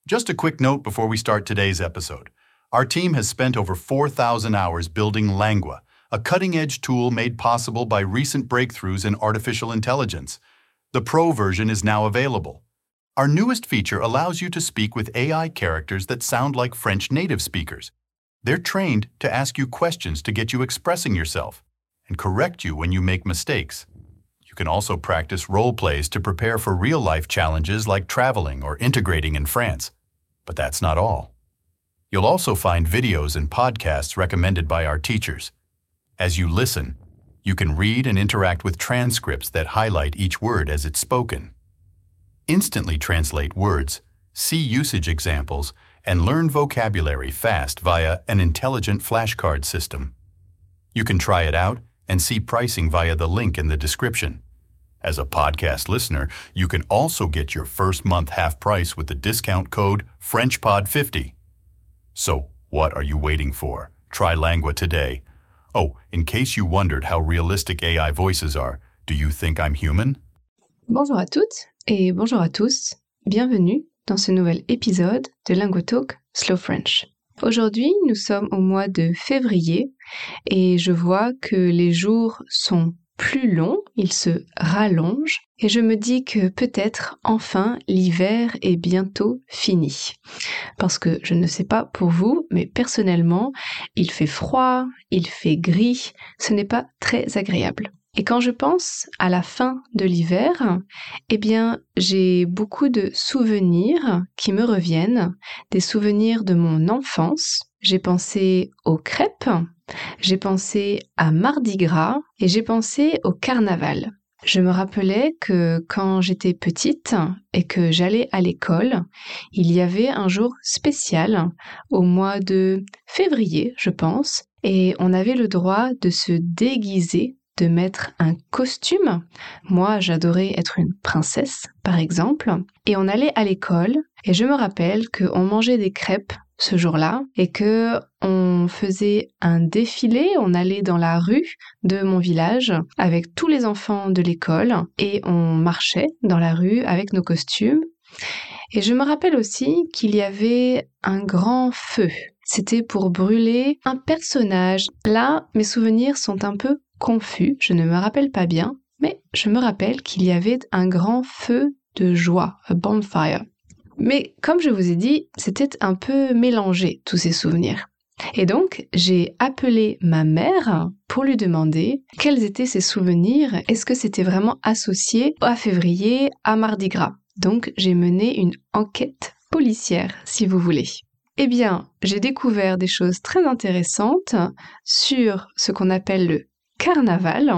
Just a quick note before we start today's episode. Our team has spent over 4,000 hours building Langua, a cutting-edge tool made possible by recent breakthroughs in artificial intelligence. The Pro version is now available. Our newest feature allows you to speak with AI characters that sound like French native speakers. They're trained to ask you questions to get you expressing yourself and correct you when you make mistakes. You can also practice role plays to prepare for real-life challenges like traveling or integrating in France. But that's not all. You'll also find videos and podcasts recommended by our teachers. As you listen, you can read and interact with transcripts that highlight each word as it's spoken. Instantly translate words, see usage examples, and learn vocabulary fast via an intelligent flashcard system. You can try it out and see pricing via the link in the description. As a podcast listener, you can also get your first month half price with the discount code FrenchPod50. So, what are you waiting for? Try Langua today. Oh, in case you wondered how realistic AI voices are, do you think I'm human? Bonjour à toutes et bonjour à tous. Bienvenue dans ce nouvel épisode de Lingotalk Slow French. Aujourd'hui, nous sommes au mois de février et je vois que les jours sont plus longs, ils se rallongent et je me dis que peut-être enfin l'hiver est bientôt fini. Parce que je ne sais pas pour vous, mais personnellement, il fait froid, il fait gris, ce n'est pas très agréable. Et quand je pense à la fin de l'hiver, eh bien, j'ai beaucoup de souvenirs qui me reviennent, des souvenirs de mon enfance. J'ai pensé aux crêpes, j'ai pensé à Mardi Gras et j'ai pensé au carnaval. Je me rappelais que quand j'étais petite et que j'allais à l'école, il y avait un jour spécial au mois de février, je pense, et on avait le droit de se déguiser, de mettre un costume. Moi, j'adorais être une princesse, par exemple. Et on allait à l'école, et je me rappelle qu'on mangeait des crêpes ce jour-là, et que on faisait un défilé, on allait dans la rue de mon village avec tous les enfants de l'école, et on marchait dans la rue avec nos costumes. Et je me rappelle aussi qu'il y avait un grand feu. C'était pour brûler un personnage. Là, mes souvenirs sont un peu confus, je ne me rappelle pas bien, mais je me rappelle qu'il y avait un grand feu de joie, a bonfire. Mais comme je vous ai dit, c'était un peu mélangé, tous ces souvenirs. Et donc, j'ai appelé ma mère pour lui demander quels étaient ses souvenirs, est-ce que c'était vraiment associé à février, à Mardi Gras. Donc, j'ai mené une enquête policière, si vous voulez. Eh bien, j'ai découvert des choses très intéressantes sur ce qu'on appelle le carnaval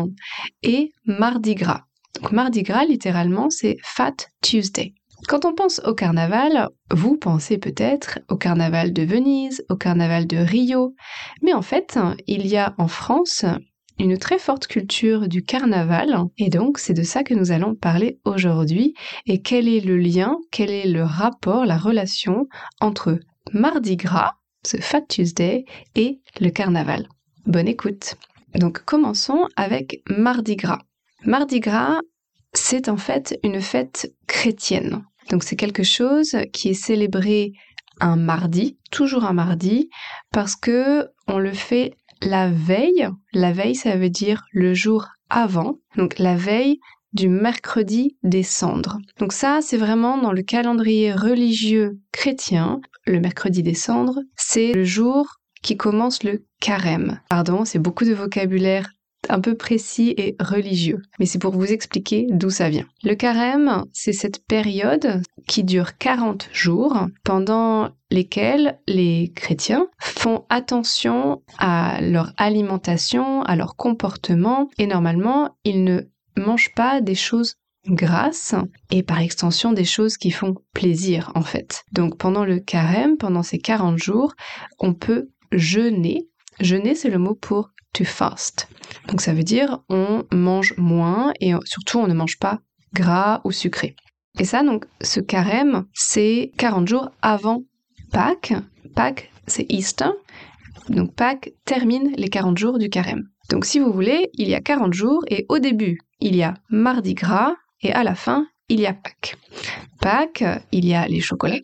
et Mardi Gras. Donc Mardi Gras, littéralement, c'est Fat Tuesday. Quand on pense au carnaval, vous pensez peut-être au carnaval de Venise, au carnaval de Rio, mais en fait, il y a en France une très forte culture du carnaval, et donc c'est de ça que nous allons parler aujourd'hui, et quel est le lien, quel est le rapport, la relation entre Mardi Gras, ce Fat Tuesday, et le carnaval. Bonne écoute. Donc commençons avec Mardi Gras. Mardi Gras, c'est en fait une fête chrétienne. Donc c'est quelque chose qui est célébré un mardi, toujours un mardi, parce que on le fait la veille. La veille, ça veut dire le jour avant. Donc la veille du mercredi des cendres. Donc ça, c'est vraiment dans le calendrier religieux chrétien. Le mercredi des cendres, c'est le jour qui commence le carême. Pardon, c'est beaucoup de vocabulaire un peu précis et religieux, mais c'est pour vous expliquer d'où ça vient. Le carême, c'est cette période qui dure 40 jours, pendant lesquels les chrétiens font attention à leur alimentation, à leur comportement, et normalement, ils ne mangent pas des choses grasses et par extension des choses qui font plaisir en fait. Donc pendant le carême, pendant ces 40 jours, on peut jeûner. Jeûner, c'est le mot pour to fast. Donc ça veut dire on mange moins et surtout on ne mange pas gras ou sucré. Et ça, donc, ce carême, c'est 40 jours avant Pâques. Pâques, c'est Easter. Donc Pâques termine les 40 jours du carême. Donc si vous voulez, il y a 40 jours et au début, il y a Mardi Gras et à la fin, il y a Pâques. Pâques, il y a les chocolats.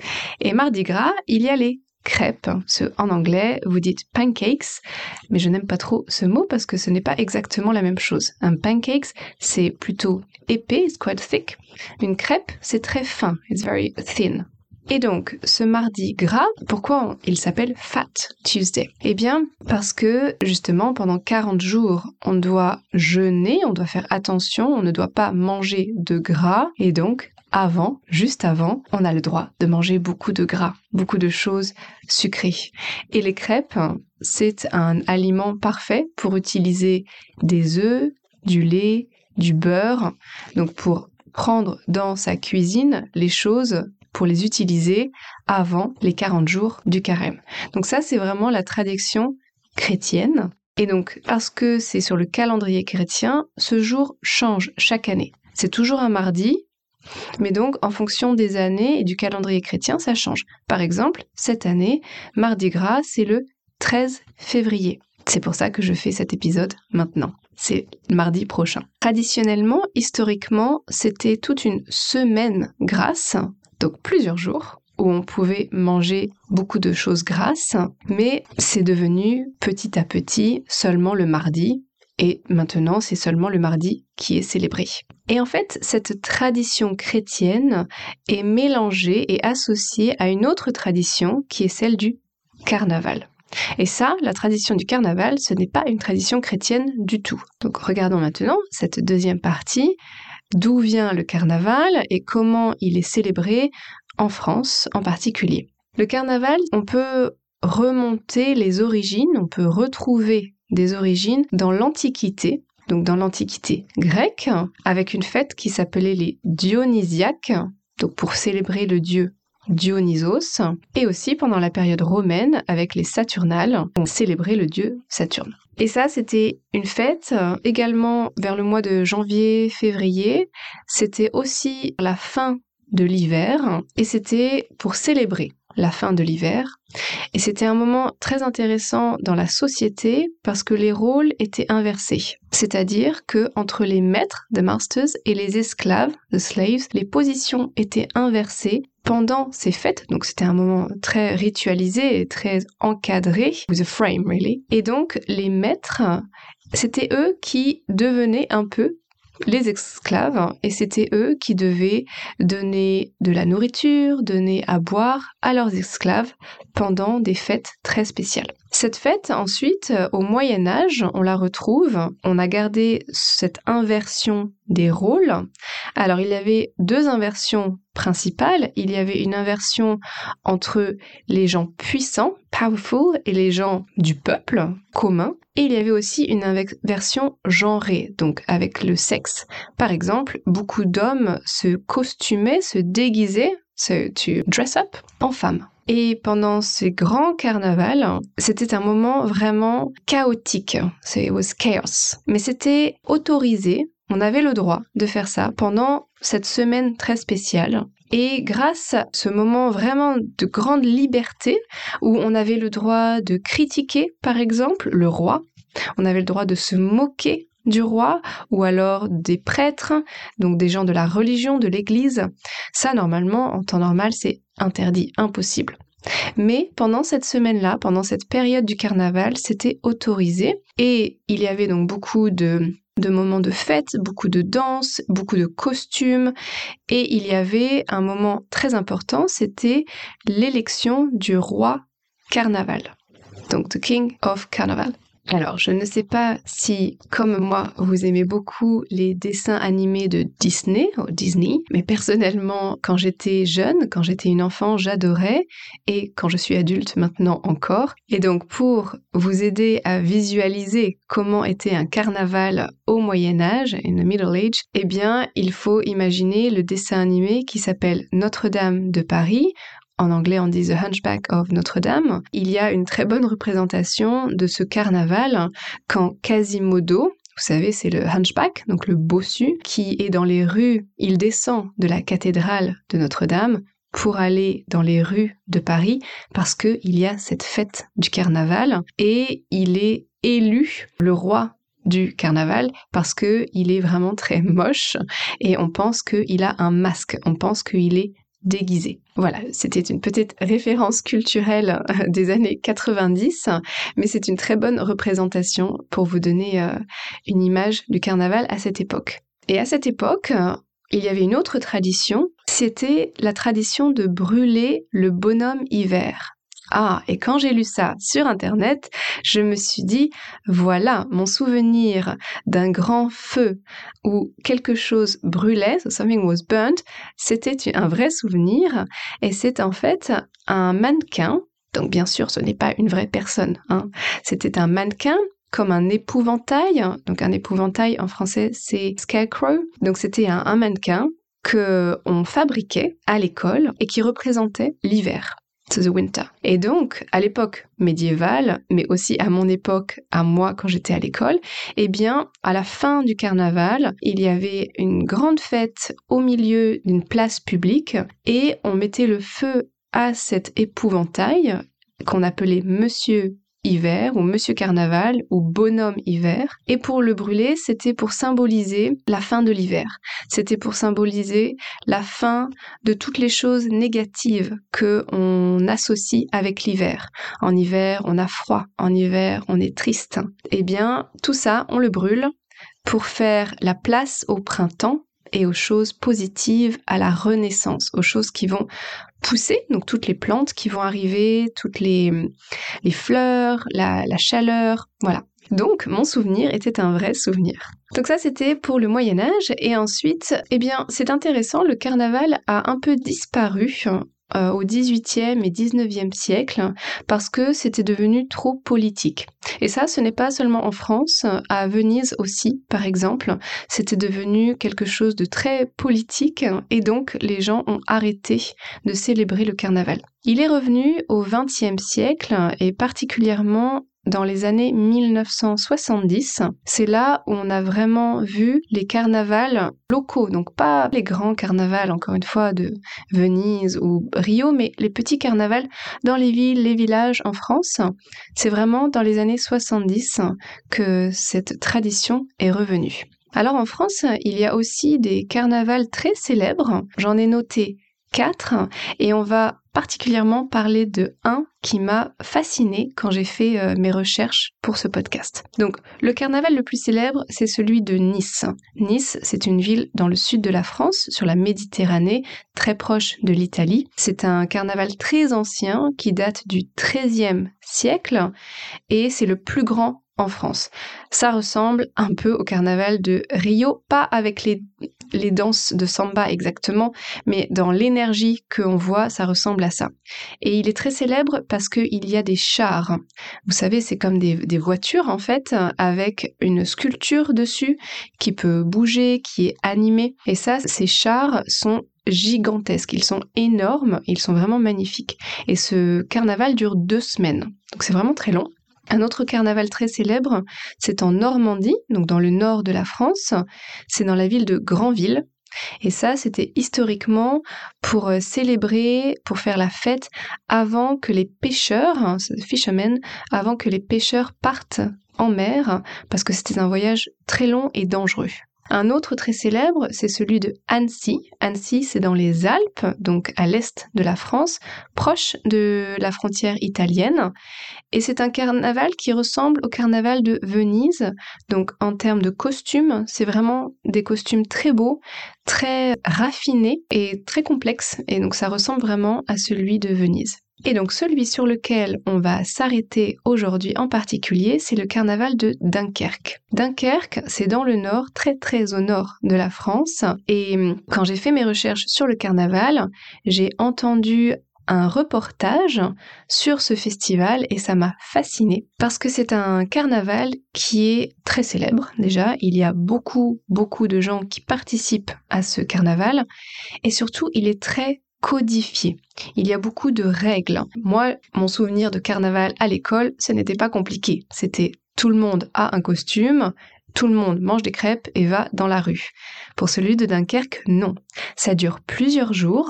Et Mardi Gras, il y a les crêpes. En anglais, vous dites pancakes, mais je n'aime pas trop ce mot parce que ce n'est pas exactement la même chose. Un pancakes, c'est plutôt épais, it's quite thick. Une crêpe, c'est très fin, it's very thin. Et donc, ce mardi gras, pourquoi il s'appelle Fat Tuesday? Eh bien, parce que, justement, pendant 40 jours, on doit jeûner, on doit faire attention, on ne doit pas manger de gras, et donc, juste avant, on a le droit de manger beaucoup de gras, beaucoup de choses sucrées. Et les crêpes, c'est un aliment parfait pour utiliser des œufs, du lait, du beurre, donc pour prendre dans sa cuisine les choses pour les utiliser avant les 40 jours du carême. Donc ça, c'est vraiment la tradition chrétienne. Et donc, parce que c'est sur le calendrier chrétien, ce jour change chaque année. C'est toujours un mardi, mais donc, en fonction des années et du calendrier chrétien, ça change. Par exemple, cette année, Mardi Gras, c'est le 13 février. C'est pour ça que je fais cet épisode maintenant. C'est mardi prochain. Traditionnellement, historiquement, c'était toute une semaine grasse, donc plusieurs jours, où on pouvait manger beaucoup de choses grasses, mais c'est devenu petit à petit seulement le mardi, et maintenant c'est seulement le mardi qui est célébré. Et en fait, cette tradition chrétienne est mélangée et associée à une autre tradition qui est celle du carnaval. Et ça, la tradition du carnaval, ce n'est pas une tradition chrétienne du tout. Donc regardons maintenant cette deuxième partie, d'où vient le carnaval et comment il est célébré en France en particulier. Le carnaval, on peut remonter les origines, on peut retrouver des origines dans l'Antiquité, donc dans l'Antiquité grecque, avec une fête qui s'appelait les Dionysiaques, donc pour célébrer le dieu Dionysos, et aussi pendant la période romaine avec les Saturnales, on célébrait le dieu Saturne. Et ça, c'était une fête également vers le mois de janvier-février. C'était aussi la fin de l'hiver et c'était pour célébrer la fin de l'hiver. Et c'était un moment très intéressant dans la société parce que les rôles étaient inversés. C'est-à-dire que entre les maîtres, the masters, et les esclaves, the slaves, les positions étaient inversées pendant ces fêtes. Donc c'était un moment très ritualisé et très encadré, with a frame really. Et donc les maîtres, c'était eux qui devenaient un peu les esclaves, et c'était eux qui devaient donner de la nourriture, donner à boire à leurs esclaves pendant des fêtes très spéciales. Cette fête, ensuite, au Moyen-Âge, on la retrouve, on a gardé cette inversion des rôles. Alors, il y avait deux inversions principales. Il y avait une inversion entre les gens puissants, powerful, et les gens du peuple, commun. Et il y avait aussi une inversion genrée, donc avec le sexe. Par exemple, beaucoup d'hommes se costumaient, se déguisaient, to dress up, en femme. Et pendant ces grands carnavals, c'était un moment vraiment chaotique. It was chaos. Mais c'était autorisé. On avait le droit de faire ça pendant cette semaine très spéciale. Et grâce à ce moment vraiment de grande liberté, où on avait le droit de critiquer, par exemple, le roi, on avait le droit de se moquer du roi, ou alors des prêtres, donc des gens de la religion, de l'église. Ça, normalement, en temps normal, c'est interdit, impossible. Mais pendant cette semaine-là, pendant cette période du carnaval, c'était autorisé. Et il y avait donc beaucoup de moments de fête, beaucoup de danse, beaucoup de costumes. Et il y avait un moment très important, c'était l'élection du roi carnaval. Donc, the King of Carnival. Alors, je ne sais pas si, comme moi, vous aimez beaucoup les dessins animés de Disney, mais personnellement, quand j'étais jeune, quand j'étais une enfant, j'adorais, et quand je suis adulte maintenant encore. Et donc, pour vous aider à visualiser comment était un carnaval au Moyen-Âge, in the Middle Age, eh bien, il faut imaginer le dessin animé qui s'appelle Notre-Dame de Paris. En anglais, on dit The Hunchback of Notre-Dame. Il y a une très bonne représentation de ce carnaval quand Quasimodo, vous savez, c'est le Hunchback, donc le bossu, qui est dans les rues, il descend de la cathédrale de Notre-Dame pour aller dans les rues de Paris parce qu'il y a cette fête du carnaval et il est élu le roi du carnaval parce que il est vraiment très moche et on pense qu'il a un masque, on pense qu'il est déguisé. Voilà, c'était une petite référence culturelle des années 90, mais c'est une très bonne représentation pour vous donner une image du carnaval à cette époque. Et à cette époque, il y avait une autre tradition, c'était la tradition de brûler le bonhomme hiver. Ah, et quand j'ai lu ça sur Internet, je me suis dit, voilà, mon souvenir d'un grand feu où quelque chose brûlait, so something was burnt, c'était un vrai souvenir, et c'est en fait un mannequin, donc bien sûr ce n'est pas une vraie personne, hein. C'était un mannequin comme un épouvantail, donc un épouvantail en français c'est scarecrow, donc c'était un mannequin qu'on fabriquait à l'école et qui représentait l'hiver. The winter. Et donc, à l'époque médiévale, mais aussi à mon époque, à moi quand j'étais à l'école, eh bien, à la fin du carnaval, il y avait une grande fête au milieu d'une place publique et on mettait le feu à cet épouvantail qu'on appelait Monsieur Hiver ou Monsieur Carnaval ou Bonhomme Hiver. Et pour le brûler, c'était pour symboliser la fin de l'hiver. C'était pour symboliser la fin de toutes les choses négatives que on associe avec l'hiver. En hiver, on a froid. En hiver, on est triste. Eh bien, tout ça, on le brûle pour faire la place au printemps et aux choses positives, à la renaissance, aux choses qui vont pousser, donc toutes les plantes qui vont arriver, toutes les fleurs, la chaleur, voilà. Donc, mon souvenir était un vrai souvenir. Donc ça, c'était pour le Moyen-Âge. Et ensuite, eh bien, c'est intéressant, le carnaval a un peu disparu au XVIIIe et XIXe siècle parce que c'était devenu trop politique. Et ça, ce n'est pas seulement en France, à Venise aussi, par exemple, c'était devenu quelque chose de très politique et donc les gens ont arrêté de célébrer le carnaval. Il est revenu au XXe siècle et particulièrement dans les années 1970, c'est là où on a vraiment vu les carnavals locaux, donc pas les grands carnavals, encore une fois, de Venise ou Rio, mais les petits carnavals dans les villes, les villages en France. C'est vraiment dans les années 70 que cette tradition est revenue. Alors en France, il y a aussi des carnavals très célèbres, j'en ai noté 4, et on va particulièrement parler de un qui m'a fascinée quand j'ai fait mes recherches pour ce podcast. Donc, le carnaval le plus célèbre, c'est celui de Nice. Nice, c'est une ville dans le sud de la France, sur la Méditerranée, très proche de l'Italie. C'est un carnaval très ancien qui date du XIIIe siècle et c'est le plus grand en France. Ça ressemble un peu au carnaval de Rio, pas avec les danses de samba exactement, mais dans l'énergie qu'on voit, ça ressemble à ça. Et il est très célèbre parce qu'il y a des chars. Vous savez, c'est comme des voitures en fait, avec une sculpture dessus qui peut bouger, qui est animée. Et ça, ces chars sont gigantesques, ils sont énormes, ils sont vraiment magnifiques. Et ce carnaval dure 2 semaines, donc c'est vraiment très long. Un autre carnaval très célèbre, c'est en Normandie, donc dans le nord de la France. C'est dans la ville de Granville. Et ça, c'était historiquement pour célébrer, pour faire la fête avant que les pêcheurs, fishermen, avant que les pêcheurs partent en mer, parce que c'était un voyage très long et dangereux. Un autre très célèbre, c'est celui de Annecy. Annecy, c'est dans les Alpes, donc à l'est de la France, proche de la frontière italienne. Et c'est un carnaval qui ressemble au carnaval de Venise. Donc en termes de costumes, c'est vraiment des costumes très beaux, très raffinés et très complexes. Et donc ça ressemble vraiment à celui de Venise. Et donc celui sur lequel on va s'arrêter aujourd'hui en particulier, c'est le carnaval de Dunkerque. Dunkerque, c'est dans le nord, très très au nord de la France. Et quand j'ai fait mes recherches sur le carnaval, j'ai entendu un reportage sur ce festival et ça m'a fascinée parce que c'est un carnaval qui est très célèbre déjà. Il y a beaucoup de gens qui participent à ce carnaval et surtout il est très codifié. Il y a beaucoup de règles. Moi, mon souvenir de carnaval à l'école, ce n'était pas compliqué. C'était tout le monde a un costume, tout le monde mange des crêpes et va dans la rue. Pour celui de Dunkerque, non. Ça dure plusieurs jours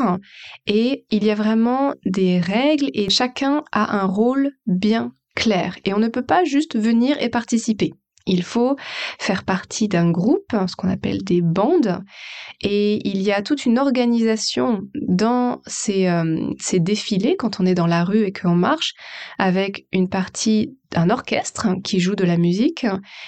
et il y a vraiment des règles et chacun a un rôle bien clair. Et on ne peut pas juste venir et participer. Il faut faire partie d'un groupe, ce qu'on appelle des bandes, et il y a toute une organisation dans ces défilés quand on est dans la rue et qu'on marche, avec une partie d'un orchestre qui joue de la musique,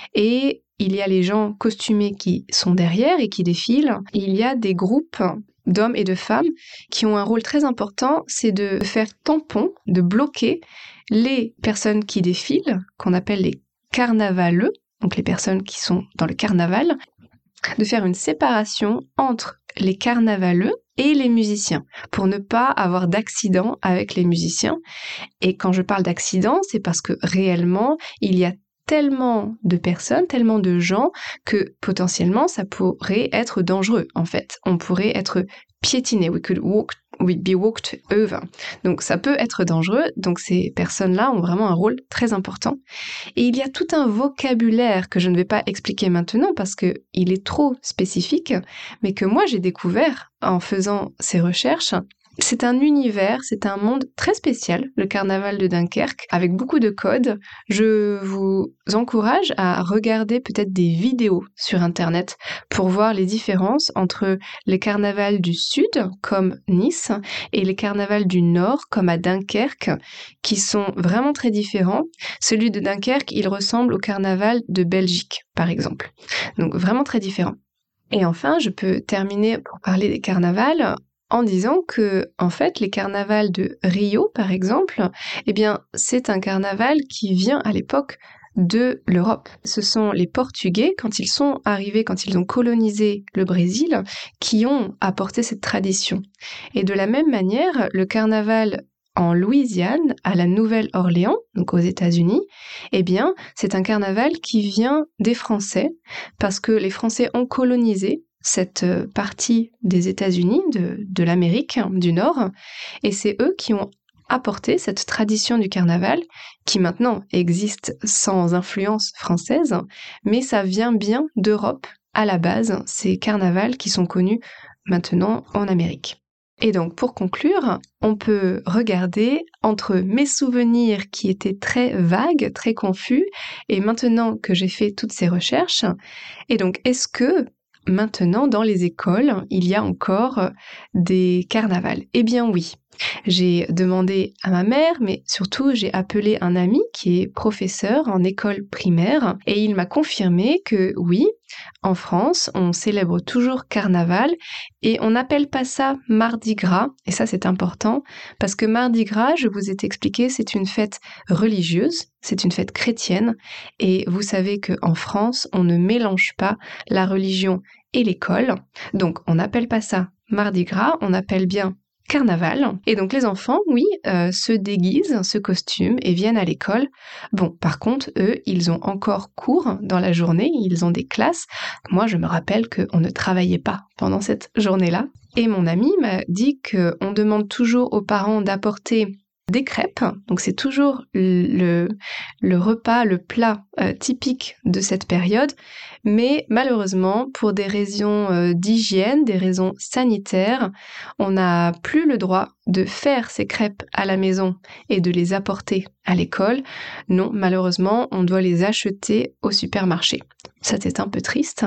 et il y a les gens costumés qui sont derrière et qui défilent. Il y a des groupes d'hommes et de femmes qui ont un rôle très important, c'est de faire tampon, de bloquer les personnes qui défilent, qu'on appelle les carnavaleux, donc les personnes qui sont dans le carnaval, de faire une séparation entre les carnavaleux et les musiciens, pour ne pas avoir d'accident avec les musiciens. Et quand je parle d'accident, c'est parce que réellement, il y a tellement de personnes, tellement de gens, que potentiellement, ça pourrait être dangereux, en fait. On pourrait être piétiné, we'd be walked over. Donc ça peut être dangereux, donc ces personnes-là ont vraiment un rôle très important. Et il y a tout un vocabulaire que je ne vais pas expliquer maintenant parce qu'il est trop spécifique, mais que moi j'ai découvert en faisant ces recherches. C'est un univers, c'est un monde très spécial, le carnaval de Dunkerque, avec beaucoup de codes. Je vous encourage à regarder peut-être des vidéos sur Internet pour voir les différences entre les carnavals du Sud, comme Nice, et les carnavals du Nord, comme à Dunkerque, qui sont vraiment très différents. Celui de Dunkerque, il ressemble au carnaval de Belgique, par exemple. Donc vraiment très différent. Et enfin, je peux terminer pour parler des carnavals en disant que, en fait, les carnavals de Rio, par exemple, eh bien, c'est un carnaval qui vient à l'époque de l'Europe. Ce sont les Portugais, quand ils sont arrivés, quand ils ont colonisé le Brésil, qui ont apporté cette tradition. Et de la même manière, le carnaval en Louisiane, à la Nouvelle-Orléans, donc aux États-Unis, eh bien, c'est un carnaval qui vient des Français, parce que les Français ont colonisé cette partie des États-Unis, de l'Amérique du Nord, et c'est eux qui ont apporté cette tradition du carnaval, qui maintenant existe sans influence française, mais ça vient bien d'Europe à la base, ces carnavals qui sont connus maintenant en Amérique. Et donc, pour conclure, on peut regarder entre mes souvenirs qui étaient très vagues, très confus, et maintenant que j'ai fait toutes ces recherches, et donc, est-ce que maintenant, dans les écoles, il y a encore des carnavals? Eh bien oui. J'ai demandé à ma mère, mais surtout j'ai appelé un ami qui est professeur en école primaire et il m'a confirmé que oui, en France, on célèbre toujours Carnaval et on n'appelle pas ça Mardi Gras. Et ça, c'est important parce que Mardi Gras, je vous ai expliqué, c'est une fête religieuse, c'est une fête chrétienne et vous savez qu'en France, on ne mélange pas la religion et l'école. Donc, on n'appelle pas ça Mardi Gras, on appelle bien Carnaval. Et donc les enfants, oui, se déguisent, se costument et viennent à l'école. Bon, par contre, eux, ils ont encore cours dans la journée, ils ont des classes. Moi, je me rappelle qu'on ne travaillait pas pendant cette journée-là. Et mon ami m'a dit qu'on demande toujours aux parents d'apporter des crêpes, donc c'est toujours le repas, le plat typique de cette période, mais malheureusement, pour des raisons d'hygiène, des raisons sanitaires, on n'a plus le droit de faire ces crêpes à la maison et de les apporter à l'école. Non, malheureusement, on doit les acheter au supermarché. Ça, c'est un peu triste.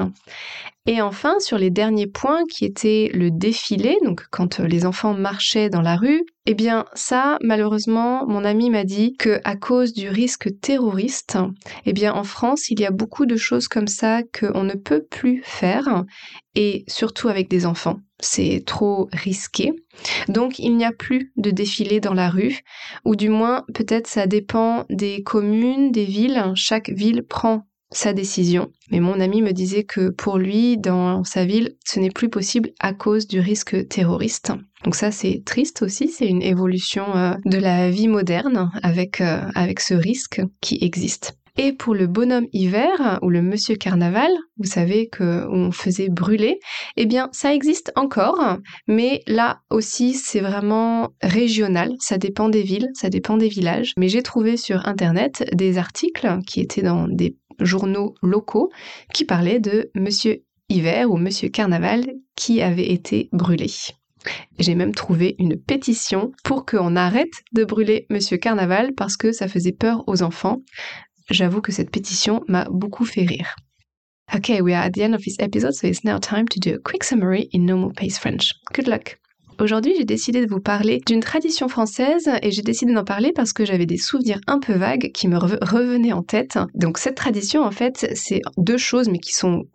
Et enfin, sur les derniers points qui étaient le défilé, donc quand les enfants marchaient dans la rue, eh bien ça, malheureusement, mon ami m'a dit qu'à cause du risque terroriste, eh bien en France, il y a beaucoup de choses comme ça qu'on ne peut plus faire, et surtout avec des enfants. C'est trop risqué. Donc il n'y a plus de défilé dans la rue, ou du moins peut-être ça dépend des communes, des villes. Chaque ville prend sa décision. Mais mon ami me disait que pour lui, dans sa ville, ce n'est plus possible à cause du risque terroriste. Donc ça, c'est triste aussi, c'est une évolution de la vie moderne avec ce risque qui existe. Et pour le bonhomme hiver, ou le monsieur carnaval, vous savez qu'on faisait brûler, eh bien ça existe encore, mais là aussi c'est vraiment régional, ça dépend des villes, ça dépend des villages. Mais j'ai trouvé sur internet des articles qui étaient dans des journaux locaux qui parlaient de monsieur hiver ou monsieur carnaval qui avait été brûlé. J'ai même trouvé une pétition pour qu'on arrête de brûler monsieur carnaval parce que ça faisait peur aux enfants. j'avoue que cette pétition m'a beaucoup fait rire. Okay, we are at the end of this episode, so it's now time to do a quick summary in normal pace French. Good luck! Aujourd'hui, j'ai décidé de vous parler d'une tradition française et j'ai décidé d'en parler parce que j'avais des souvenirs un peu vagues qui me revenaient en tête. Donc cette tradition, en fait, c'est deux choses mais qui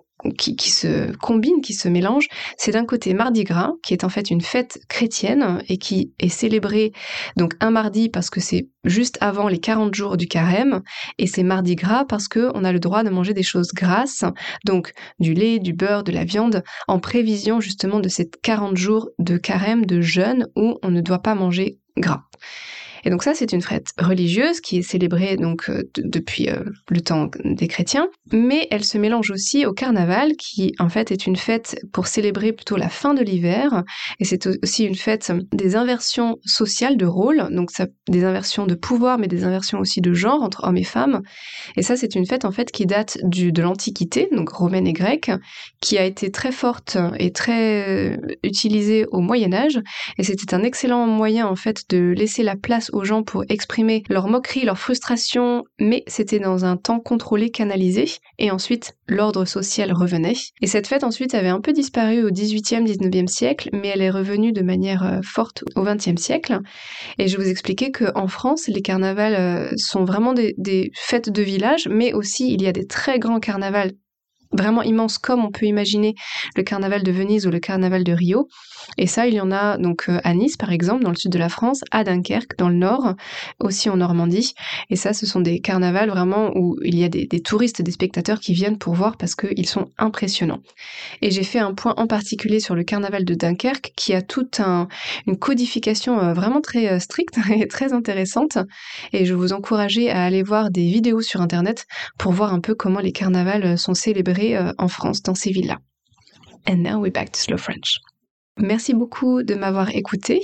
se combinent, qui se mélangent. C'est d'un côté Mardi Gras, qui est en fait une fête chrétienne et qui est célébrée donc un mardi parce que c'est juste avant les 40 jours du carême, et c'est Mardi Gras parce qu'on a le droit de manger des choses grasses, donc du lait, du beurre, de la viande, en prévision justement de ces 40 jours de carême, de jeûne, où on ne doit pas manger gras. Et donc ça, c'est une fête religieuse qui est célébrée donc depuis le temps des chrétiens, mais elle se mélange aussi au carnaval, qui en fait est une fête pour célébrer plutôt la fin de l'hiver, et c'est aussi une fête des inversions sociales de rôle, donc ça, des inversions de pouvoir, mais des inversions aussi de genre entre hommes et femmes. Et ça, c'est une fête en fait qui date de l'Antiquité, donc romaine et grecque, qui a été très forte et très utilisée au Moyen-Âge, et c'était un excellent moyen en fait de laisser la place aux gens pour exprimer leur moquerie, leur frustration, mais c'était dans un temps contrôlé, canalisé, et ensuite l'ordre social revenait. Et cette fête ensuite avait un peu disparu au XVIIIe, XIXe siècle, mais elle est revenue de manière forte au XXe siècle. Et je vais vous expliquer qu'en France, les carnavals sont vraiment des fêtes de village, mais aussi il y a des très grands carnavals vraiment immense, comme on peut imaginer le carnaval de Venise ou le carnaval de Rio. Et ça, il y en a donc à Nice, par exemple, dans le sud de la France, à Dunkerque, dans le nord, aussi en Normandie. Et ça, ce sont des carnavals vraiment où il y a des touristes, des spectateurs qui viennent pour voir parce qu'ils sont impressionnants. Et j'ai fait un point en particulier sur le carnaval de Dunkerque, qui a toute une codification vraiment très stricte et très intéressante. Et je vous encourageais à aller voir des vidéos sur Internet pour voir un peu comment les carnavals sont célébrés en France, dans ces villes-là. And now we're back to Slow French. Merci beaucoup de m'avoir écouté.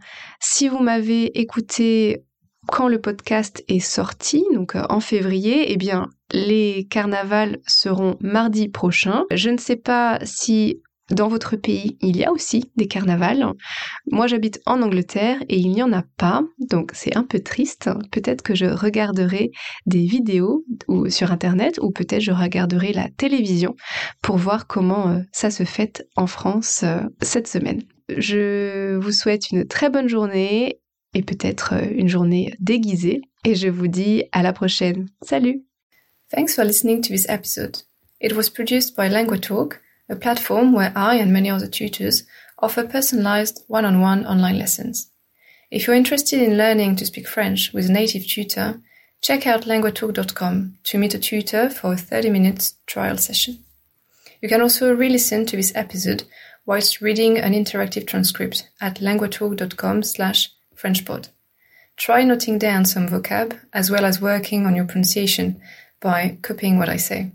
Si vous m'avez écouté quand le podcast est sorti, donc en février, eh bien, les carnavals seront mardi prochain. Je ne sais pas si dans votre pays, il y a aussi des carnavals. Moi, j'habite en Angleterre et il n'y en a pas, donc c'est un peu triste. Peut-être que je regarderai des vidéos sur Internet ou peut-être je regarderai la télévision pour voir comment ça se fête en France cette semaine. Je vous souhaite une très bonne journée et peut-être une journée déguisée et je vous dis à la prochaine. Salut! Thanks for listening to this episode. It was produced by LanguaTalk, a platform where I and many other tutors offer personalized one-on-one online lessons. If you're interested in learning to speak French with a native tutor, check out languatalk.com to meet a tutor for a 30-minute trial session. You can also re-listen to this episode whilst reading an interactive transcript at languatalk.com/FrenchPod. Try noting down some vocab as well as working on your pronunciation by copying what I say.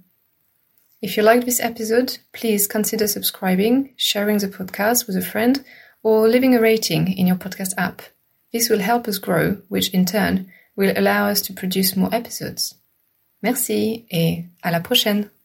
If you liked this episode, please consider subscribing, sharing the podcast with a friend, or leaving a rating in your podcast app. This will help us grow, which in turn will allow us to produce more episodes. Merci et à la prochaine!